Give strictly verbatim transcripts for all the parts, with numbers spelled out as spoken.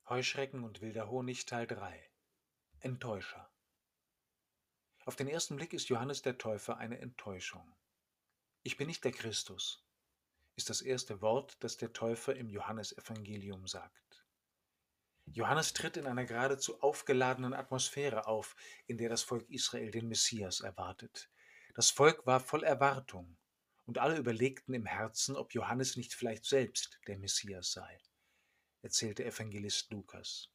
Heuschrecken und wilder Honig Teil drei. Enttäuscher. Auf den ersten Blick ist Johannes der Täufer eine Enttäuschung. Ich bin nicht der Christus, ist das erste Wort, das der Täufer im Johannesevangelium sagt. Johannes tritt in einer geradezu aufgeladenen Atmosphäre auf, in der das Volk Israel den Messias erwartet. Das Volk war voll Erwartung, und alle überlegten im Herzen, ob Johannes nicht vielleicht selbst der Messias sei, erzählt der Evangelist Lukas.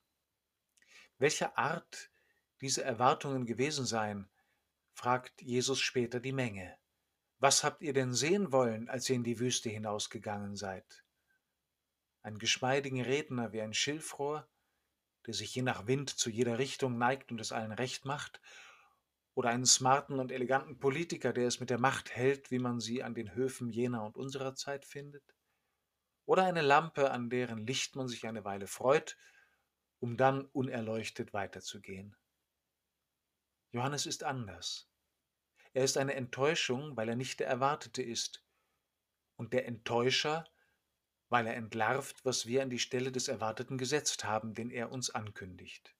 Welcher Art diese Erwartungen gewesen seien, fragt Jesus später die Menge. Was habt ihr denn sehen wollen, als ihr in die Wüste hinausgegangen seid? Einen geschmeidigen Redner wie ein Schilfrohr, der sich je nach Wind zu jeder Richtung neigt und es allen recht macht? Oder einen smarten und eleganten Politiker, der es mit der Macht hält, wie man sie an den Höfen jener und unserer Zeit findet? Oder eine Lampe, an deren Licht man sich eine Weile freut, um dann unerleuchtet weiterzugehen? Johannes ist anders. Er ist eine Enttäuschung, weil er nicht der Erwartete ist, und der Enttäuscher, weil er entlarvt, was wir an die Stelle des Erwarteten gesetzt haben, den er uns ankündigt.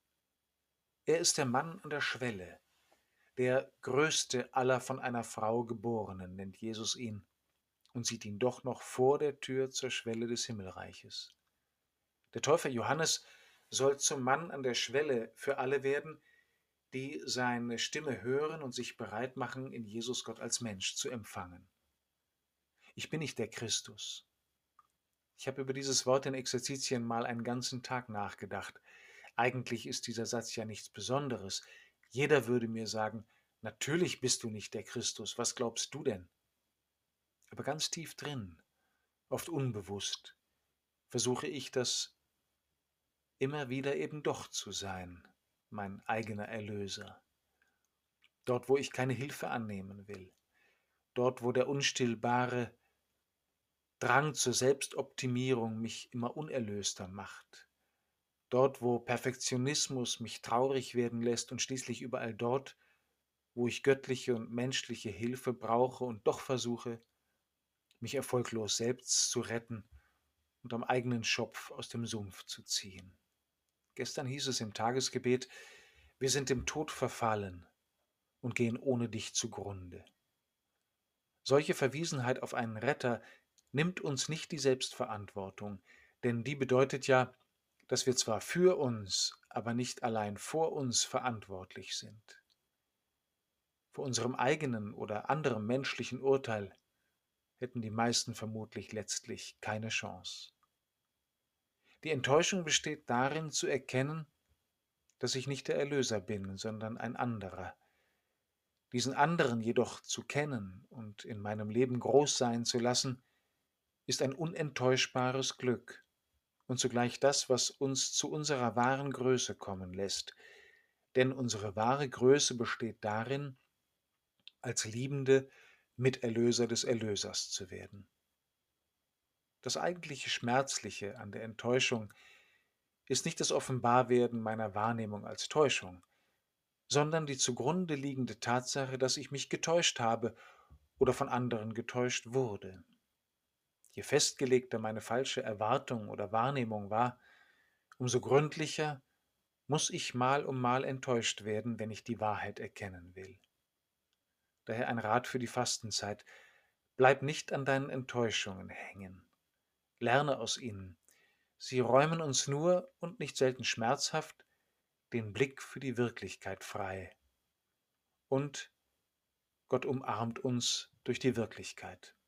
Er ist der Mann an der Schwelle, der größte aller von einer Frau Geborenen, nennt Jesus ihn, und sieht ihn doch noch vor der Tür zur Schwelle des Himmelreiches. Der Täufer Johannes soll zum Mann an der Schwelle für alle werden, die seine Stimme hören und sich bereit machen, in Jesus Gott als Mensch zu empfangen. Ich bin nicht der Christus. Ich habe über dieses Wort in Exerzitien mal einen ganzen Tag nachgedacht. Eigentlich ist dieser Satz ja nichts Besonderes. Jeder würde mir sagen, natürlich bist du nicht der Christus, was glaubst du denn? Aber ganz tief drin, oft unbewusst, versuche ich das immer wieder eben doch zu sein, mein eigener Erlöser. Dort, wo ich keine Hilfe annehmen will, dort, wo der unstillbare Drang zur Selbstoptimierung mich immer unerlöster macht, dort, wo Perfektionismus mich traurig werden lässt und schließlich überall dort, wo ich göttliche und menschliche Hilfe brauche und doch versuche, mich erfolglos selbst zu retten und am eigenen Schopf aus dem Sumpf zu ziehen. Gestern hieß es im Tagesgebet, wir sind dem Tod verfallen und gehen ohne dich zugrunde. Solche Verwiesenheit auf einen Retter nimmt uns nicht die Selbstverantwortung, denn die bedeutet ja, dass wir zwar für uns, aber nicht allein vor uns verantwortlich sind. Vor unserem eigenen oder anderem menschlichen Urteil hätten die meisten vermutlich letztlich keine Chance. Die Enttäuschung besteht darin, zu erkennen, dass ich nicht der Erlöser bin, sondern ein anderer. Diesen anderen jedoch zu kennen und in meinem Leben groß sein zu lassen, ist ein unenttäuschbares Glück und zugleich das, was uns zu unserer wahren Größe kommen lässt. Denn unsere wahre Größe besteht darin, als liebende Miterlöser des Erlösers zu werden. Das eigentliche Schmerzliche an der Enttäuschung ist nicht das Offenbarwerden meiner Wahrnehmung als Täuschung, sondern die zugrunde liegende Tatsache, dass ich mich getäuscht habe oder von anderen getäuscht wurde. Je festgelegter meine falsche Erwartung oder Wahrnehmung war, umso gründlicher muss ich mal um mal enttäuscht werden, wenn ich die Wahrheit erkennen will. Daher ein Rat für die Fastenzeit: Bleib nicht an deinen Enttäuschungen hängen. Lerne aus ihnen. Sie räumen uns nur und nicht selten schmerzhaft den Blick für die Wirklichkeit frei. Und Gott umarmt uns durch die Wirklichkeit.